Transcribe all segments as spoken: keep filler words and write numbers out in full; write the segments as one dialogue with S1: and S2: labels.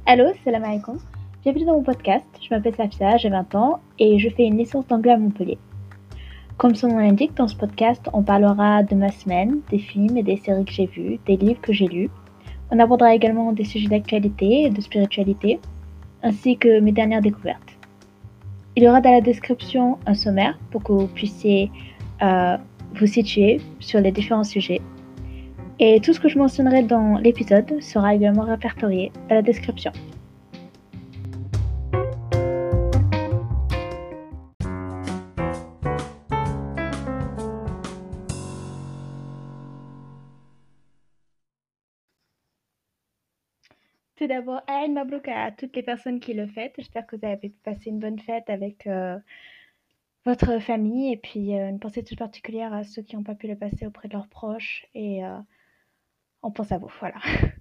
S1: Allô, salam alaikum. Bienvenue dans mon podcast. Je m'appelle Safia, j'ai vingt ans et je fais une licence d'anglais à Montpellier. Comme son nom l'indique, dans ce podcast, on parlera de ma semaine, des films et des séries que j'ai vus, des livres que j'ai lus. On abordera également des sujets d'actualité et de spiritualité, ainsi que mes dernières découvertes. Il y aura dans la description un sommaire pour que vous puissiez euh, vous situer sur les différents sujets. Et tout ce que je mentionnerai dans l'épisode sera également répertorié dans la description. Tout d'abord, Aïd Mabrouk à toutes les personnes qui le fêtent. J'espère que vous avez passé une bonne fête avec euh, votre famille et puis euh, une pensée toute particulière à ceux qui n'ont pas pu le passer auprès de leurs proches et euh, on pense à vous, voilà.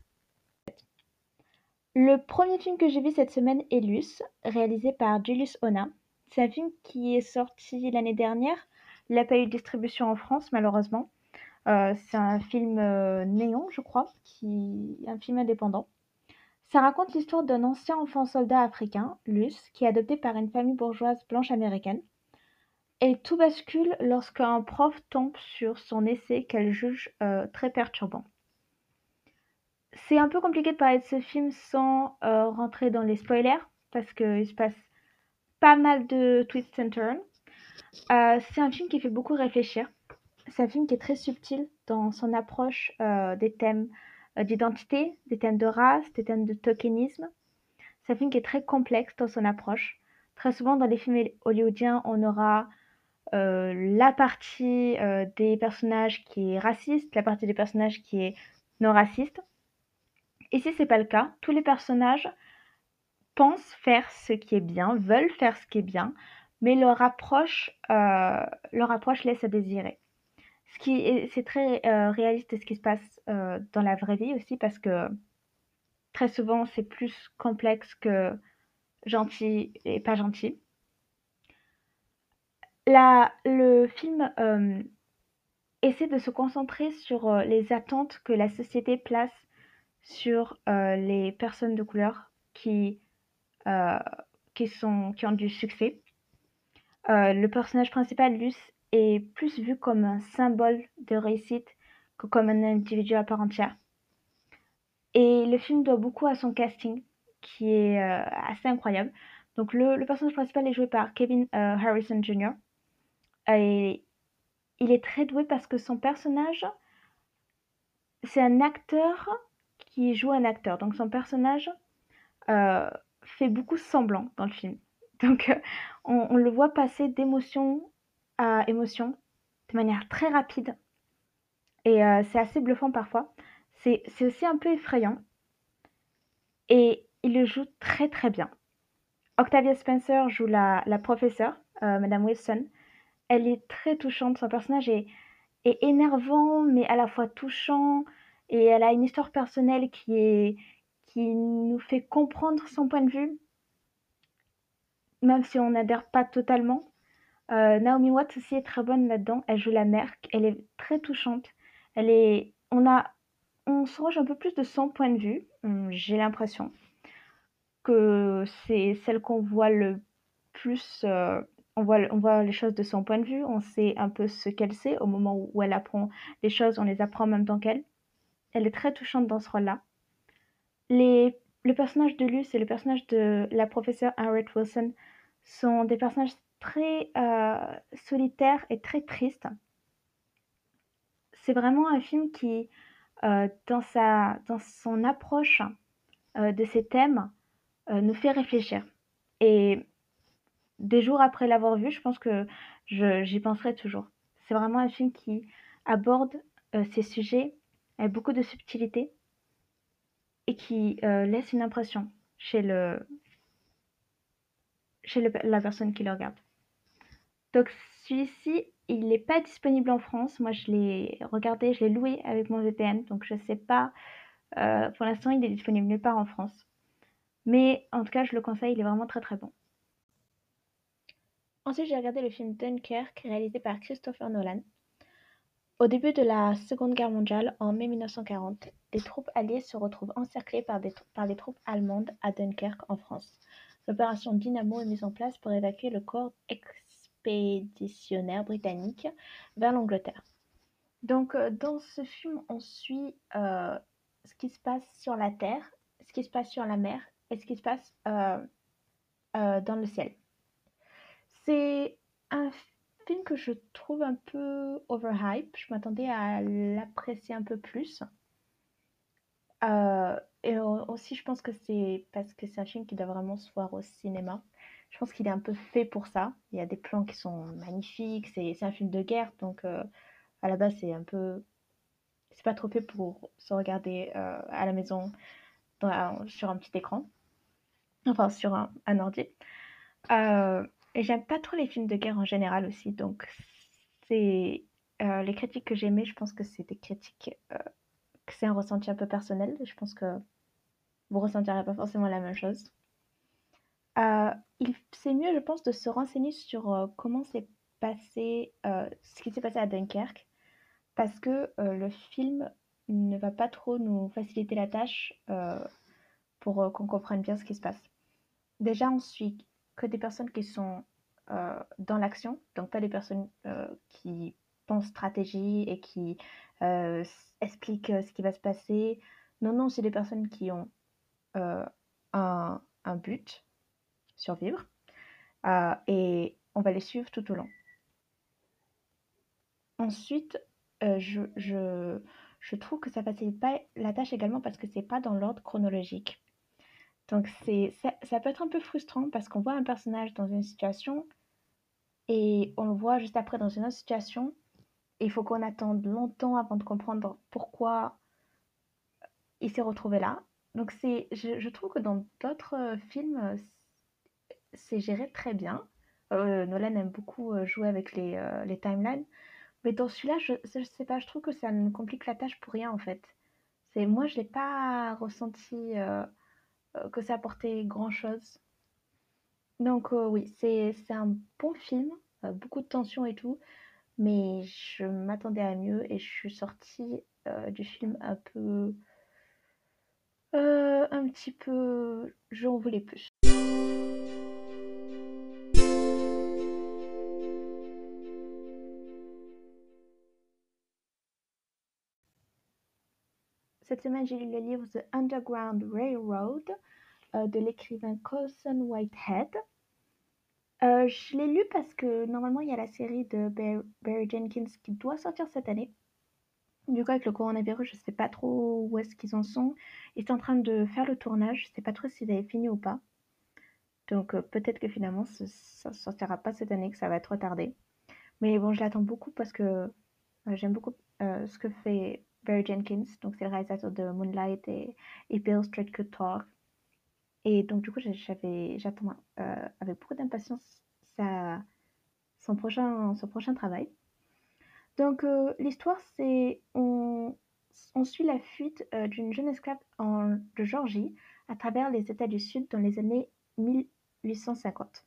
S1: Le premier film que j'ai vu cette semaine est Luce, réalisé par Julius Onah. C'est un film qui est sorti l'année dernière. Il n'a pas eu de distribution en France, malheureusement. Euh, c'est un film euh, néon, je crois, qui... un film indépendant. Ça raconte l'histoire d'un ancien enfant soldat africain, Luce, qui est adopté par une famille bourgeoise blanche américaine. Et tout bascule lorsqu'un prof tombe sur son essai qu'elle juge euh, très perturbant. C'est un peu compliqué de parler de ce film sans euh, rentrer dans les spoilers, parce qu'il se passe pas mal de twists and turns. Euh, c'est un film qui fait beaucoup réfléchir. C'est un film qui est très subtil dans son approche euh, des thèmes euh, d'identité, des thèmes de race, des thèmes de tokenisme. C'est un film qui est très complexe dans son approche. Très souvent, dans les films hollywoodiens, on aura euh, la partie euh, des personnages qui est raciste, la partie des personnages qui est non raciste. Ici, c'est pas le cas. Tous les personnages pensent faire ce qui est bien, veulent faire ce qui est bien, mais leur approche, euh, leur approche laisse à désirer. Ce qui est, c'est très euh, réaliste de ce qui se passe euh, dans la vraie vie aussi, parce que très souvent, c'est plus complexe que gentil et pas gentil. La, le film euh, essaie de se concentrer sur euh, les attentes que la société place sur euh, les personnes de couleur qui, euh, qui, sont, qui ont du succès. Euh, le personnage principal, Luce, est plus vu comme un symbole de réussite que comme un individu à part entière. Et le film doit beaucoup à son casting, qui est euh, assez incroyable. Donc le, le personnage principal est joué par Kevin euh, Harrison junior Et il est très doué parce que son personnage, c'est un acteur qui joue un acteur. Donc son personnage euh, fait beaucoup semblant dans le film. Donc euh, on, on le voit passer d'émotion à émotion de manière très rapide. Et euh, c'est assez bluffant parfois. C'est, c'est aussi un peu effrayant. Et il le joue très très bien. Octavia Spencer joue la, la professeure, euh, Madame Wilson. Elle est très touchante. Son personnage est, est énervant, mais à la fois touchant. Et elle a une histoire personnelle qui, est, qui nous fait comprendre son point de vue, même si on n'adhère pas totalement. Euh, Naomi Watts aussi est très bonne là-dedans. Elle joue la mère. Elle est très touchante. Elle est, on, a, on se range un peu plus de son point de vue, hum, j'ai l'impression. Que c'est celle qu'on voit le plus, euh, on, voit, on voit les choses de son point de vue, on sait un peu ce qu'elle sait au moment où elle apprend les choses, on les apprend en même temps qu'elle. Elle est très touchante dans ce rôle-là. Les, le personnage de Luce et le personnage de la professeure Harriet Wilson sont des personnages très euh, solitaires et très tristes. C'est vraiment un film qui, euh, dans, sa, dans son approche euh, de ces thèmes, euh, nous fait réfléchir. Et des jours après l'avoir vu, je pense que je, j'y penserai toujours. C'est vraiment un film qui aborde euh, ces sujets avec beaucoup de subtilité et qui euh, laisse une impression chez, le, chez le, la personne qui le regarde. Donc celui-ci, il n'est pas disponible en France. Moi, je l'ai regardé, je l'ai loué avec mon V P N, donc je ne sais pas. Euh, pour l'instant, il est disponible nulle part en France. Mais en tout cas, je le conseille, il est vraiment très très bon. Ensuite, j'ai regardé le film Dunkerque, réalisé par Christopher Nolan. Au début de la Seconde Guerre mondiale, en mai mille neuf cent quarante, les troupes alliées se retrouvent encerclées par, des, par les troupes allemandes à Dunkerque, en France. L'opération Dynamo est mise en place pour évacuer le corps expéditionnaire britannique vers l'Angleterre. Donc, euh, dans ce film, on suit euh, ce qui se passe sur la terre, ce qui se passe sur la mer et ce qui se passe euh, euh, dans le ciel. C'est un film que je trouve un peu overhype. Je m'attendais à l'apprécier un peu plus. Euh, et aussi, je pense que c'est parce que c'est un film qui doit vraiment se voir au cinéma. Je pense qu'il est un peu fait pour ça. Il y a des plans qui sont magnifiques. C'est c'est un film de guerre, donc euh, à la base, c'est un peu. C'est pas trop fait pour se regarder euh, à la maison dans la- sur un petit écran. Enfin, sur un, un ordi. Euh, et j'aime pas trop les films de guerre en général aussi, donc c'est euh, les critiques que j'ai aimées, je pense que c'est des critiques, euh, que c'est un ressenti un peu personnel. Je pense que vous ressentirez pas forcément la même chose. Euh, il, c'est mieux, je pense, de se renseigner sur euh, comment s'est passé, euh, ce qui s'est passé à Dunkerque, parce que euh, le film ne va pas trop nous faciliter la tâche euh, pour euh, qu'on comprenne bien ce qui se passe. Déjà, on suit que des personnes qui sont euh, dans l'action, donc pas des personnes euh, qui pensent stratégie et qui euh, expliquent euh, ce qui va se passer. Non, non, c'est des personnes qui ont euh, un, un but, survivre, euh, et on va les suivre tout au long. Ensuite, euh, je, je, je trouve que ça facilite pas la tâche également parce que c'est pas dans l'ordre chronologique. Donc c'est, ça, ça peut être un peu frustrant parce qu'on voit un personnage dans une situation et on le voit juste après dans une autre situation. Et il faut qu'on attende longtemps avant de comprendre pourquoi il s'est retrouvé là. Donc c'est, je, je trouve que dans d'autres euh, films, euh, c'est géré très bien. Euh, Nolan aime beaucoup euh, jouer avec les, euh, les timelines. Mais dans celui-là, je, je sais pas, je trouve que ça me complique la tâche pour rien en fait. C'est, moi, je n'ai pas ressenti euh, euh, que ça apportait grand-chose. Donc euh, oui, c'est, c'est un bon film, euh, beaucoup de tension et tout. Mais je m'attendais à mieux et je suis sortie euh, du film un peu, euh, un petit peu, j'en voulais plus. Cette semaine, j'ai lu le livre The Underground Railroad euh, de l'écrivain Colson Whitehead. Euh, je l'ai lu parce que normalement il y a la série de Barry Jenkins qui doit sortir cette année. Du coup, avec le coronavirus, je sais pas trop où est-ce qu'ils en sont. Ils sont en train de faire le tournage. Je sais pas trop s'ils avaient fini ou pas. Donc euh, peut-être que finalement ça ne sortira pas cette année, que ça va être retardé. Mais bon, je l'attends beaucoup parce que euh, j'aime beaucoup euh, ce que fait Barry Jenkins. Donc c'est le réalisateur de Moonlight et, et Beale Street Could Talk. Et donc du coup, j'avais, j'attends euh, avec beaucoup d'impatience sa, son, prochain, son prochain travail. Donc euh, l'histoire, c'est on, on suit la fuite euh, d'une jeune esclave en, de Géorgie à travers les États du Sud dans les années mille huit cent cinquante.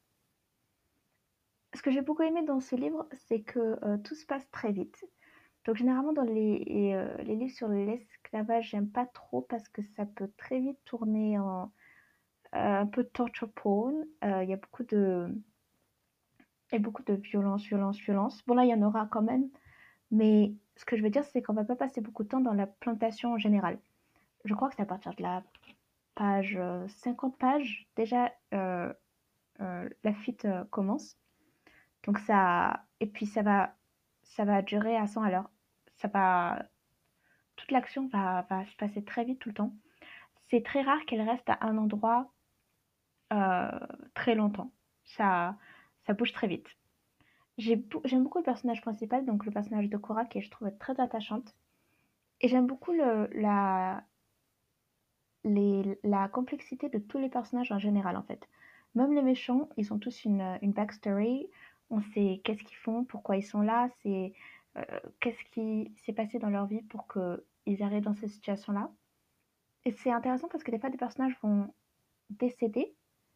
S1: Ce que j'ai beaucoup aimé dans ce livre, c'est que euh, tout se passe très vite. Donc généralement dans les, les, euh, les livres sur l'esclavage, j'aime pas trop parce que ça peut très vite tourner en euh, un peu torture porn. Euh, Il y a beaucoup de, et beaucoup de violence, violence, violence. Bon là, il y en aura quand même, mais ce que je veux dire, c'est qu'on va pas passer beaucoup de temps dans la plantation en général. Je crois que c'est à partir de la page euh, cinquante pages, déjà euh, euh, la fuite euh, commence. Donc ça, et puis ça va, ça va durer à cent à l'heure. Ça va, toute l'action va, va se passer très vite tout le temps. C'est très rare qu'elle reste à un endroit euh, très longtemps. Ça, ça bouge très vite. J'ai j'aime beaucoup le personnage principal, donc le personnage de Cora, qui je trouve très attachante. Et j'aime beaucoup le, la, les, la complexité de tous les personnages en général, en fait. Même les méchants, ils ont tous une, une backstory. On sait qu'est-ce qu'ils font, pourquoi ils sont là, c'est euh, qu'est-ce qui s'est passé dans leur vie pour qu'ils arrivent dans cette situation-là. Et c'est intéressant parce que des fois, des personnages vont décéder.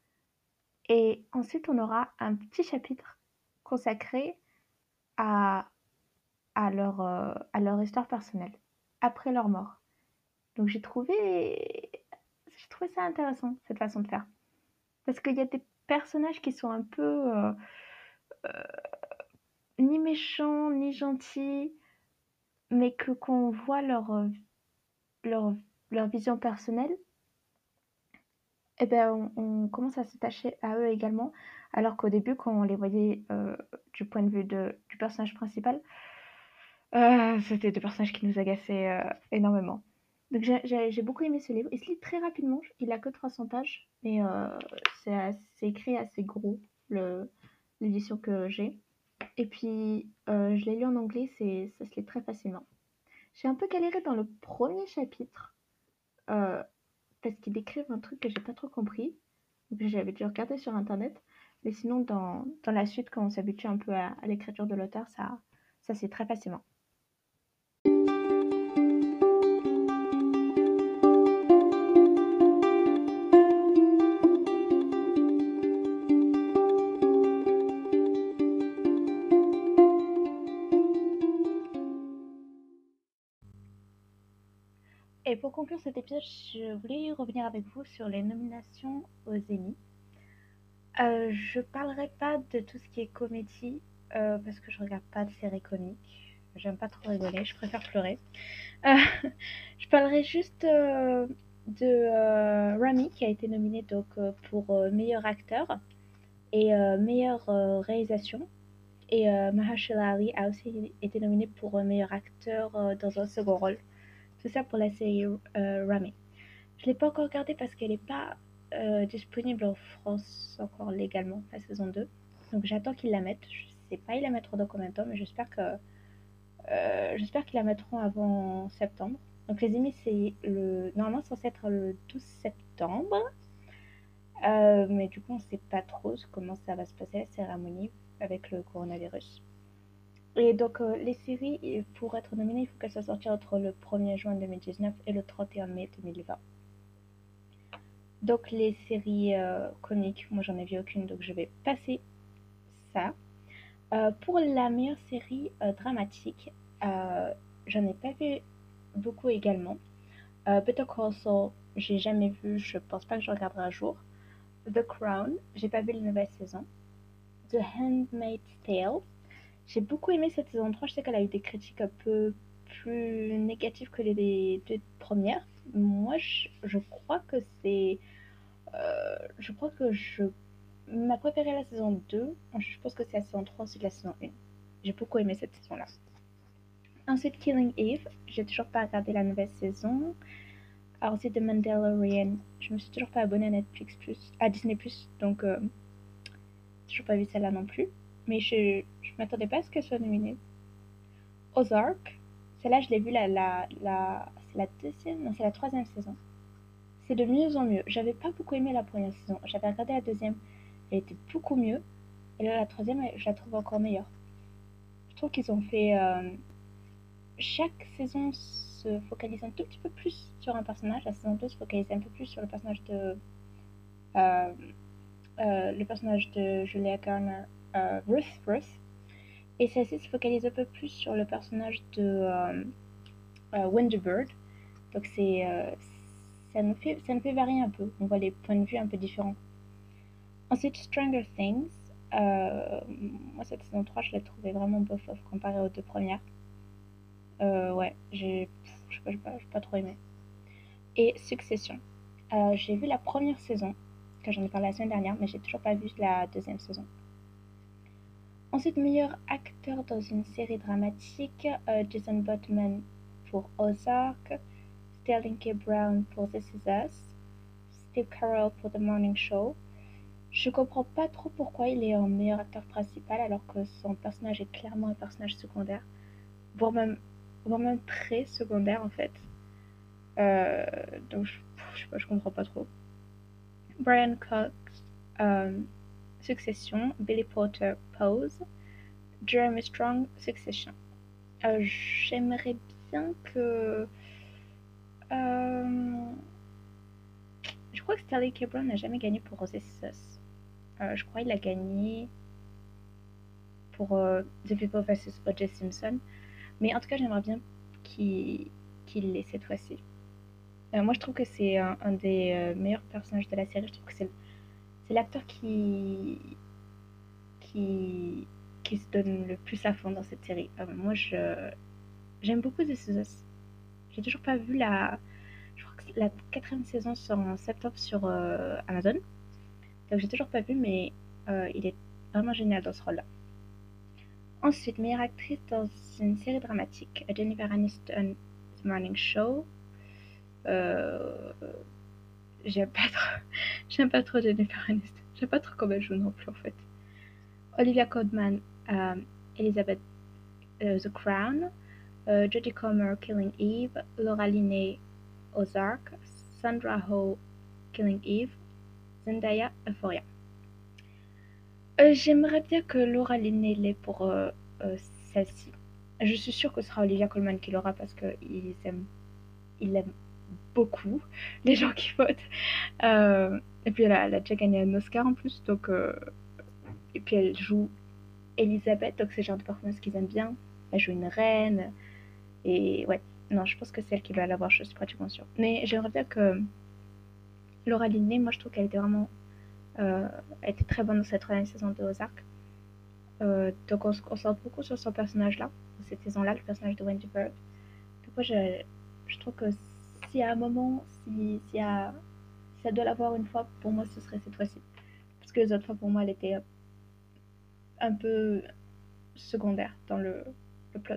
S1: Et ensuite, on aura un petit chapitre consacré à à leur, euh, à leur histoire personnelle, après leur mort. Donc j'ai trouvé, j'ai trouvé ça intéressant, cette façon de faire. Parce qu'il y a des personnages qui sont un peu euh, ni méchants, ni gentils, mais que qu'on voit leur, euh, leur, leur vision personnelle, et ben on, on commence à s'attacher à eux également. Alors qu'au début, quand on les voyait euh, du point de vue de, du personnage principal, euh, c'était des personnages qui nous agaçaient euh, énormément. Donc j'ai j'ai- j'ai beaucoup aimé ce livre. Il se lit très rapidement, il a que trois cents pages, mais euh, c'est assez- c'est écrit assez gros, le- l'édition que j'ai. Et puis, euh, je l'ai lu en anglais, c'est, ça se lit très facilement. J'ai un peu galéré dans le premier chapitre, euh, parce qu'ils décrivent un truc que j'ai pas trop compris. Donc j'avais dû regarder sur internet. Mais sinon, dans, dans la suite, quand on s'habitue un peu à, à l'écriture de l'auteur, ça, ça c'est très facilement. Et pour conclure cet épisode, je voulais revenir avec vous sur les nominations aux Emmy. Euh, je parlerai pas de tout ce qui est comédie, euh, parce que je regarde pas de séries comiques. J'aime pas trop rigoler, je préfère pleurer. Euh, je parlerai juste euh, de euh, Rami qui a été nominé donc euh, pour euh, meilleur acteur et euh, meilleure euh, réalisation. Et euh, Mahershala Ali a aussi été nominé pour euh, meilleur acteur euh, dans un second rôle. Tout ça pour la série euh, Rami. Je l'ai pas encore regardée parce qu'elle n'est pas euh, disponible en France encore légalement, la saison deux. Donc j'attends qu'ils la mettent. Je sais pas ils la mettront dans combien de temps, mais j'espère que euh, j'espère qu'ils la mettront avant septembre. Donc les émis, c'est le normalement censé être le douze septembre. Euh, mais du coup, on sait pas trop comment ça va se passer la cérémonie avec le coronavirus. Et donc, euh, les séries, pour être nominées, il faut qu'elles soient sorties entre le premier juin deux mille dix-neuf et le trente et un mai deux mille vingt. Donc, les séries euh, comiques, moi j'en ai vu aucune, donc je vais passer ça. Euh, pour la meilleure série euh, dramatique, euh, j'en ai pas vu beaucoup également. Euh, Better Call Saul, j'ai jamais vu, je pense pas que je regarderai un jour. The Crown, j'ai pas vu la nouvelle saison. The Handmaid's Tale, j'ai beaucoup aimé cette saison trois. Je sais qu'elle a eu des critiques un peu plus négatives que les deux premières. Moi, je, je crois que c'est. euh, je crois que je. Ma préférée la saison deux. Je pense que c'est la saison trois, c'est la saison un. J'ai beaucoup aimé cette saison-là. Ensuite, Killing Eve. J'ai toujours pas regardé la nouvelle saison. Alors, c'est The Mandalorian. Je me suis toujours pas abonnée à Netflix plus, à Disney plus, donc euh, toujours pas vu celle-là non plus. Mais je, je m'attendais pas à ce qu'elle soit nominée. Ozark, celle-là, je l'ai vue la, la, la, c'est la deuxième, non, c'est la troisième saison. C'est de mieux en mieux. J'avais pas beaucoup aimé la première saison. J'avais regardé la deuxième, elle était beaucoup mieux. Et là, la troisième, je la trouve encore meilleure. Je trouve qu'ils ont fait. Euh, chaque saison se focalise un tout petit peu plus sur un personnage. La saison deux se focalise un peu plus sur le personnage de. Euh, euh, le personnage de Julia Garner, euh, Ruth, Ruth. Et celle-ci se focalise un peu plus sur le personnage de euh, euh, Wendy Bird. Donc c'est, euh, ça nous fait, ça nous fait varier un peu. On voit les points de vue un peu différents. Ensuite, Stranger Things. Euh, moi, cette saison trois, je l'ai trouvée vraiment bof off comparée aux deux premières. Euh, ouais, j'ai, je sais pas, j'ai pas, j'ai pas trop aimé. Et Succession. Euh, j'ai vu la première saison, que j'en ai parlé la semaine dernière, mais j'ai toujours pas vu la deuxième saison. Ensuite, meilleur acteur dans une série dramatique, euh, Jason Bateman pour Ozark, Sterling K. Brown pour This Is Us, Steve Carell pour The Morning Show. Je comprends pas trop pourquoi il est en meilleur acteur principal alors que son personnage est clairement un personnage secondaire, voire même, voire même très secondaire en fait. Euh, donc je, je sais pas, je comprends pas trop. Brian Cox, euh, Succession, Billy Porter, Pose, Jeremy Strong, Succession. Euh, J'aimerais bien que... Euh, je crois que Sterling K. Brown n'a jamais gagné pour This Is Us. Euh, je crois qu'il a gagné pour euh, The People versus O J Simpson. Mais en tout cas, j'aimerais bien qu'il qu'il l'ait cette fois-ci. Euh, moi, je trouve que c'est un, un des euh, meilleurs personnages de la série. Je trouve que c'est c'est l'acteur qui, qui, qui se donne le plus à fond dans cette série. Euh, moi, je, j'aime beaucoup This Is Us. J'ai toujours pas vu la. Je crois que la quatrième saison sort en septembre sur euh, Amazon. Donc, j'ai toujours pas vu, mais euh, il est vraiment génial dans ce rôle-là. Ensuite, meilleure actrice dans une série dramatique, Jennifer Aniston, The Morning Show. Euh, j'aime pas trop, j'aime pas trop Jennifer Aniston. J'aime pas trop comment elle joue non plus en fait. Olivia Colman, euh, Elizabeth euh, The Crown, euh, Jodie Comer, Killing Eve, Laura Linney, Ozark, Sandra Oh, Killing Eve, Zendaya, Euphoria. Euh, j'aimerais bien que Laura Linney l'ait pour euh, euh, celle-ci. Je suis sûre que ce sera Olivia Colman qui l'aura parce qu'ils aiment, ils l'aiment beaucoup, les gens qui votent. Euh, et puis elle a, elle a déjà gagné un Oscar en plus, donc euh, et puis elle joue Elisabeth, donc c'est le genre de performance qu'ils aiment bien. Elle joue une reine, et ouais, non, je pense que c'est elle qui doit l'avoir, je suis pratiquement sûre. Mais j'aimerais bien que Laura Linney, moi je trouve qu'elle était vraiment, euh, elle était très bonne dans cette troisième saison de Ozark. Euh, donc on se concentre beaucoup sur son personnage-là, dans cette saison-là, le personnage de Wendy Bird. Donc moi je, je trouve que s'il y a un moment, si, s'il y a, si elle doit l'avoir une fois, pour moi ce serait cette fois-ci. Parce que les autres fois, pour moi, elle était un peu secondaire dans le, le plot.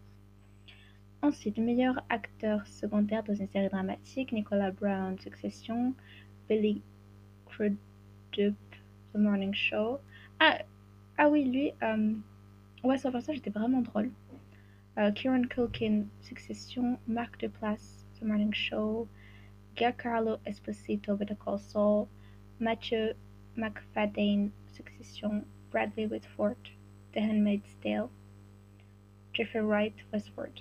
S1: Ensuite, meilleur acteur secondaire dans une série dramatique, Nicolas Brown, Succession, Billy Crudup, The Morning Show. Ah, ah oui, lui, euh, ouais, son personnage était vraiment drôle. Euh, Kieran Culkin, Succession, Mark Duplass, The Morning Show, Giancarlo Esposito, Better Call Saul, Matthew McFadden, Succession, Bradley Whitford, The Handmaid's Tale, Jeffrey Wright, Westworld.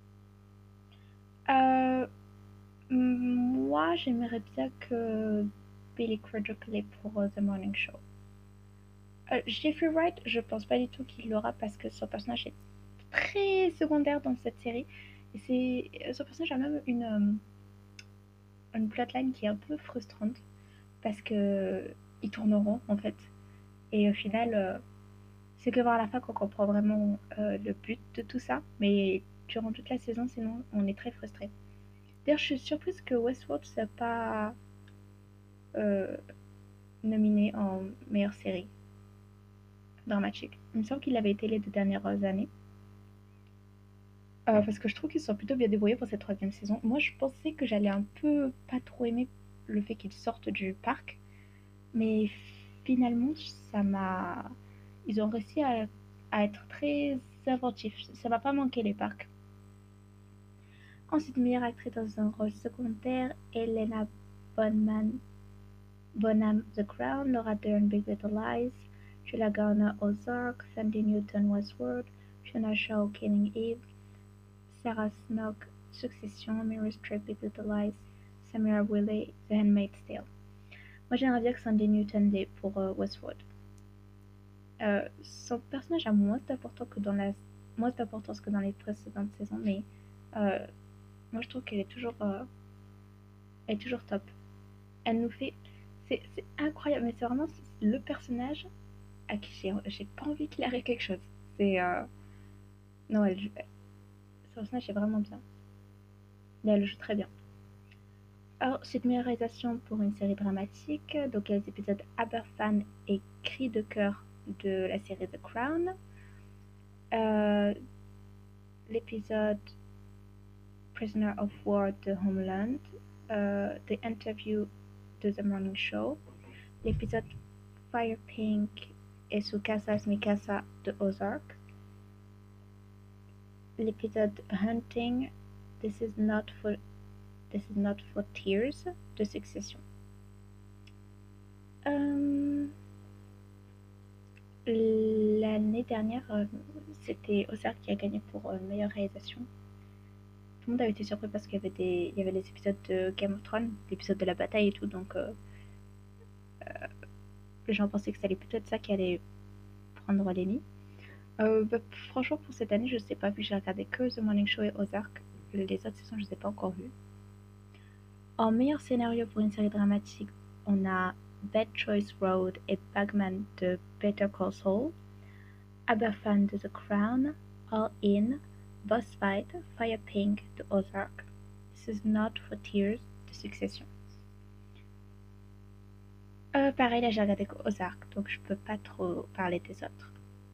S1: Euh, Moi, j'aimerais bien que Billy Crudup l'ait pour uh, The Morning Show. Euh, Jeffrey Wright, je pense pas du tout qu'il l'aura parce que son personnage est très secondaire dans cette série. Et c'est son personnage a même une, euh, une plotline qui est un peu frustrante parce que ils tourneront en fait. Et au final, euh, c'est que vers la fin qu'on comprend vraiment euh, le but de tout ça. Mais durant toute la saison, sinon, on est très frustré. D'ailleurs, je suis surprise que Westworld ne soit pas euh, nominé en meilleure série dramatique. Il me semble qu'il avait été les deux dernières années. Euh, parce que je trouve qu'ils sont plutôt bien débrouillés pour cette troisième saison. Moi, je pensais que j'allais un peu pas trop aimer le fait qu'ils sortent du parc. Mais finalement, ça m'a. Ils ont réussi à, à être très inventifs. Ça m'a pas manqué les parcs. Ensuite, meilleure actrice dans un rôle secondaire, Helena Bonham, Bonham The Crown, Laura Dern Big Little Lies, Julia Garner Ozark, Sandy Newton Westworld, Fiona Shaw Killing Eve, Sarah Snook Succession, Meryl Streep Big Little Lies, Samira Wiley The Handmaid's Tale. Moi j'aimerais bien que Sandy Newton l'ait pour euh, Westworld. Euh, son personnage a moins d'importance que dans la moins d'importance que dans les précédentes saisons, mais euh, moi je trouve qu'elle est toujours euh, elle est toujours top. Elle nous fait c'est c'est incroyable, mais c'est vraiment le personnage à qui j'ai j'ai pas envie qu'il arrive quelque chose. C'est euh, non, elle, son personnage est vraiment bien. Et elle le joue très bien. Alors, cette meilleure réalisation pour une série dramatique, donc les épisodes Aberfan et Cri de cœur de la série The Crown. Euh, L'épisode Prisoner of War de Homeland. Euh, The Interview de The Morning Show. L'épisode Fire Pink et Su Casa es mi casa de Ozark. L'épisode Hunting, This is not for This is not for Tears de Succession. Euh, L'année dernière, euh, c'était Ozark qui a gagné pour euh, meilleure réalisation. Tout le monde avait été surpris parce qu'il y avait des, il y avait les épisodes de Game of Thrones, l'épisode de la bataille et tout, donc euh, les gens pensaient que ça allait plutôt être ça qui allait prendre l'Emmy. Euh, bah, franchement, pour cette année, je sais pas, vu que j'ai regardé que The Morning Show et Ozark. Les autres saisons, je les ai pas encore vues. En meilleur scénario pour une série dramatique, on a Bad Choice Road et Bagman de Better Call Saul, Aberfan de The Crown, All In, Boss Fight, Fire Pink de Ozark, This Is Not for Tears de Succession. Euh, pareil, là j'ai regardé que Ozark, donc je peux pas trop parler des autres.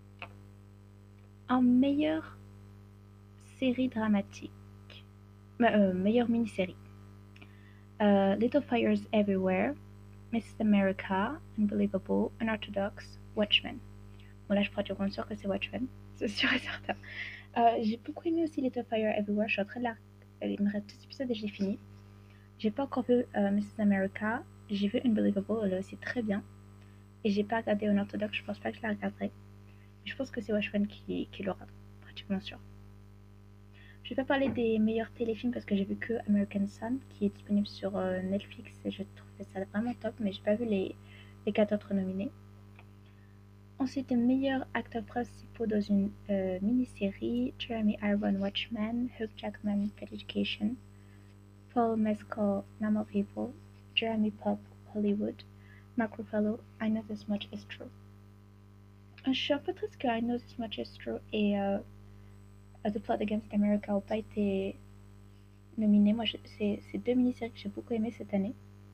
S1: En meilleure série dramatique, euh, meilleure mini-série, euh, Little Fires Everywhere, Missus America, Unbelievable, Unorthodox, Watchmen. Bon là je pourrais te sûr que c'est Watchmen, c'est sûr et certain. Euh, j'ai beaucoup aimé aussi Little Fire Everywhere, je suis en train de la... Il me reste deux épisodes et j'ai fini. J'ai pas encore vu euh, Missus America, j'ai vu Unbelievable, elle est aussi très bien. Et j'ai pas regardé Unorthodox, je pense pas que je la regarderai. Mais je pense que c'est Watchmen qui, qui l'aura, pratiquement sûr. Je vais pas parler des meilleurs téléfilms parce que j'ai vu que American Sun qui est disponible sur euh, Netflix et je trouvais ça vraiment top, mais j'ai pas vu les, les quatre autres nominés. Ensuite, meilleurs acteurs principaux dans une euh, mini-série, Jeremy Irons Watchmen, Hugh Jackman Pet Education, Paul Mescal Normal People, Jeremy Pop Hollywood, Mark Ruffalo I Know This Much Is True. Je suis un peu triste que I Know This Much Is True et euh, The Plot Against America n'ont pas été nominés. Moi, c'est deux mini-séries que j'ai beaucoup aimées cette année.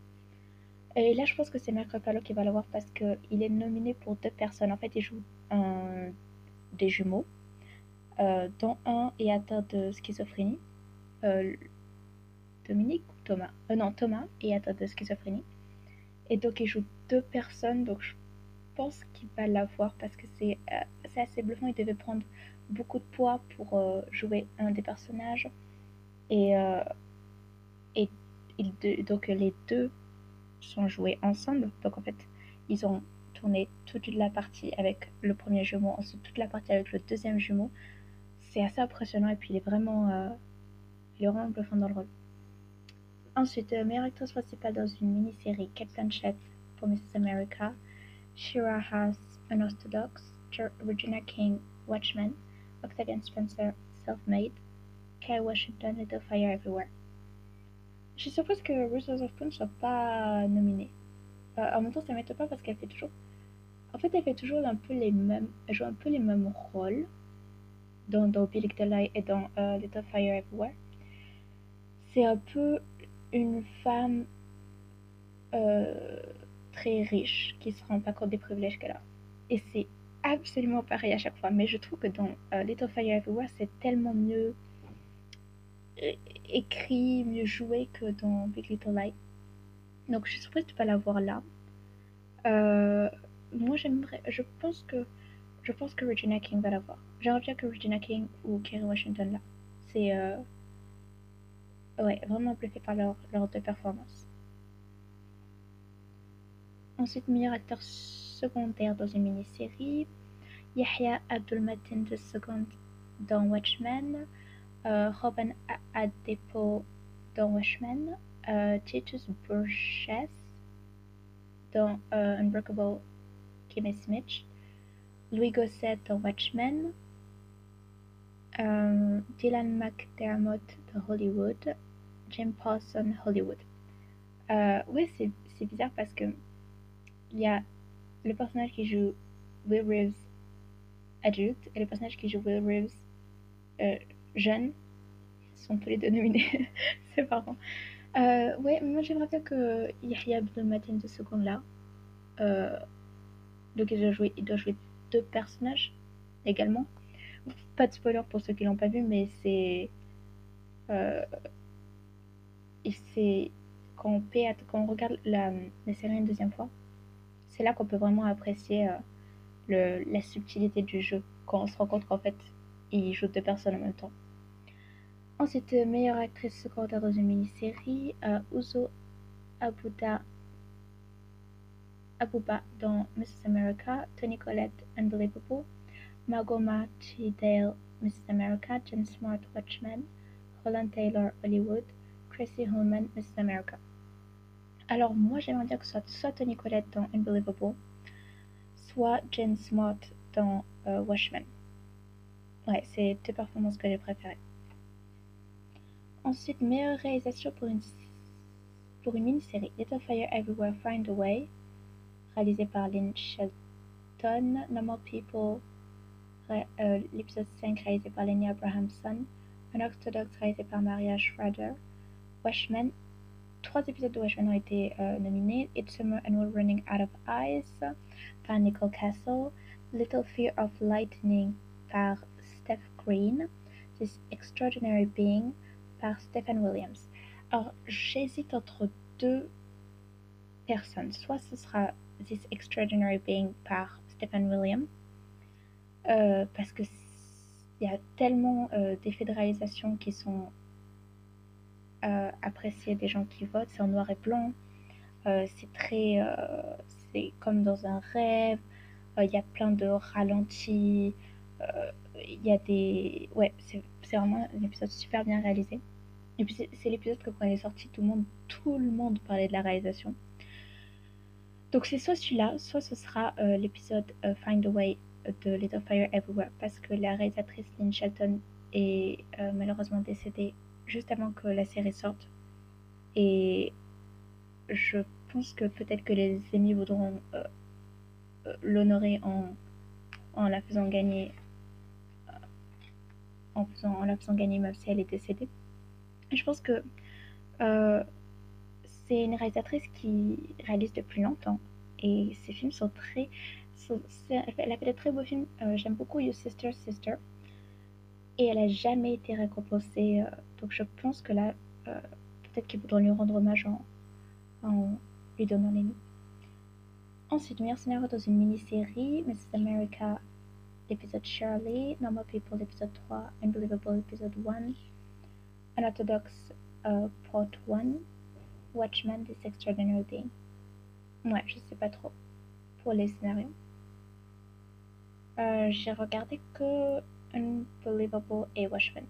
S1: Et là, je pense que c'est Mark Ruffalo qui va l'avoir parce qu'il est nominé pour deux personnes. En fait, il joue un, des jumeaux, euh, dont un est atteint de schizophrénie. Euh, Dominique ou Thomas euh, Non, Thomas est atteint de schizophrénie. Et donc, il joue deux personnes. Donc, je pense qu'il va l'avoir parce que c'est euh, assez bluffant. Il devait prendre beaucoup de poids pour euh, jouer un des personnages. Et, euh, et il, donc, les deux sont joués ensemble. Donc, en fait, ils ont tourné toute la partie avec le premier jumeau, ensuite toute la partie avec le deuxième jumeau. C'est assez impressionnant et puis il est vraiment, euh, il est vraiment bluffant dans le rôle. Ensuite, euh, meilleure actrice principale dans une mini-série, Cate Blanchett pour Missus America, Shira Haas, Unorthodox, Regina King, Watchmen, Octavian Spencer, Self-Made, Kai Washington, Little Fire Everywhere. Je suis surprise que Reese Witherspoon ne soit pas nominée. Euh, en même temps, ça m'étonne pas parce qu'elle fait toujours. En fait, elle fait toujours un peu les mêmes. Elle joue un peu les mêmes rôles dans, dans Big Little Lies et dans uh, Little Fire Everywhere. C'est un peu une femme euh, très riche qui se rend pas compte des privilèges qu'elle a. Et c'est absolument pareil à chaque fois. Mais je trouve que dans uh, Little Fire Everywhere, c'est tellement mieux écrit, mieux joué que dans Big Little Lies. Donc je suis surprise de ne pas la voir là. Euh, moi j'aimerais, je pense que je pense que Regina King va l'avoir. J'aimerais bien que Regina King ou Kerry Washington là. C'est euh, ouais, vraiment bluffé par leur, leur deux performances. Ensuite, meilleur acteur secondaire dans une mini-série, Yahya Abdul-Mateen deux dans Watchmen, euh, Robin Adepo dans Watchmen, euh, Titus Burgess dans euh, Unbreakable Kimmy Smith, Louis Gossett dans Watchmen, euh, Dylan McDermott dans Hollywood, Jim Paulson Hollywood. Euh, ouais, c'est bizarre parce que il y a le personnage qui joue Will Reeves adulte et le personnage qui joue Will Reeves euh, jeune sont tous les deux nominés. C'est marrant. Euh, ouais, moi j'aimerais bien que Yahya Abdul-Mateen de seconde là. Euh, donc il doit, jouer, il doit jouer deux personnages également. Pas de spoiler pour ceux qui l'ont pas vu, mais c'est. Euh, c'est quand on, paie, quand on regarde la, la série une deuxième fois, c'est là qu'on peut vraiment apprécier euh, le, la subtilité du jeu, quand on se rend compte qu'en fait, il joue deux personnes en même temps. Ensuite, meilleure actrice secondaire dans une mini-série, euh, Uzo Abuda, Abuba dans Missus America, Toni Collette, Unbelievable, Magoma Chidale, Missus America, Jen Smart, Watchmen, Holland Taylor, Hollywood, Tracy Ullman, Missus America. Alors moi j'aimerais bien que ce soit soit Toni Collette dans Unbelievable, soit Jen Smart dans euh, Watchmen. Ouais, c'est deux performances que j'ai préférées. Ensuite, meilleure réalisation pour une, pour une mini-série. Little Fire Everywhere Find a Way, réalisé par Lynn Shelton. Normal People, euh, l'épisode cinq réalisé par Lenny Abrahamson. Unorthodox réalisé par Maria Schrader. Watchmen, trois épisodes de Watchmen ont été euh, nominés. It's Summer and We're Running Out of Ice par Nicole Castle. Little Fear of Lightning par Steph Green. This Extraordinary Being par Stephen Williams. Alors, j'hésite entre deux personnes. Soit ce sera This Extraordinary Being par Stephen Williams, euh, parce que il y a tellement euh, d'effets de réalisation qui sont euh, appréciés des gens qui votent. C'est en noir et blanc. Euh, c'est très, euh, c'est comme dans un rêve. Il euh, y a plein de ralentis. Il euh, y a des, ouais, c'est, c'est vraiment un épisode super bien réalisé. Et puis c'est, c'est l'épisode que quand il est sorti, tout le monde, tout le monde parlait de la réalisation. Donc c'est soit celui-là, soit ce sera euh, l'épisode euh, Find a Way de Little Fire Everywhere, parce que la réalisatrice Lynn Shelton est euh, malheureusement décédée juste avant que la série sorte. Et je pense que peut-être que les Emmy voudront euh, euh, l'honorer en, en la faisant gagner, euh, en, faisant, en la faisant gagner même si elle est décédée. Et je pense que euh, c'est une réalisatrice qui réalise depuis longtemps et ses films sont très. Sont, elle a fait de très beaux films. Euh, j'aime beaucoup You Sister Sister et elle a jamais été récompensée. Euh, donc je pense que là, euh, peut-être qu'ils voudront lui rendre hommage en, en lui donnant l'Emmy. Ensuite, meilleur scénario dans une mini-série, missus America, l'épisode Shirley, Normal People, l'épisode trois, Unbelievable, l'épisode un, Unorthodox, uh, part un, Watchmen, This Extraordinary Being. Ouais, je sais pas trop pour les scénarios. Euh, j'ai regardé que Unbelievable et Watchmen.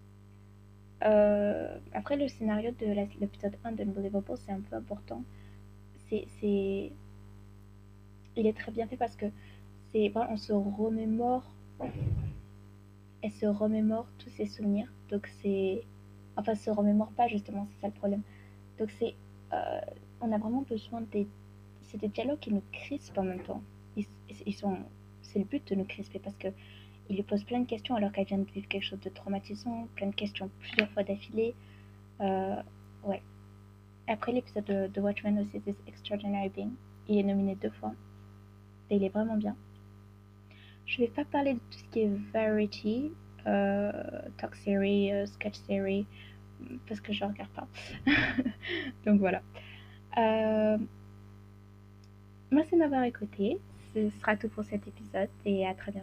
S1: Euh, après, le scénario de la, l'épisode un d'Unbelievable, c'est un peu important. C'est, c'est... Il est très bien fait parce que c'est, voilà, on se remémore, elle se remémore tous ses souvenirs. Donc c'est... Enfin, se remémore pas, justement, c'est ça le problème. Donc c'est... Euh, on a vraiment besoin des... C'est des dialogues qui nous crispent en même temps. Ils, ils sont... C'est le but de nous crisper parce que il lui pose plein de questions alors qu'elle vient de vivre quelque chose de traumatisant, plein de questions plusieurs fois d'affilée. Euh, ouais. Après l'épisode de, de Watchmen aussi, This Extraordinary Being, il est nominé deux fois et il est vraiment bien. Je vais pas parler de tout ce qui est variety, euh, talk series, euh, sketch series, parce que je regarde pas. Donc voilà. Euh, merci de m'avoir écouté. Ce sera tout pour cet épisode et à très bientôt.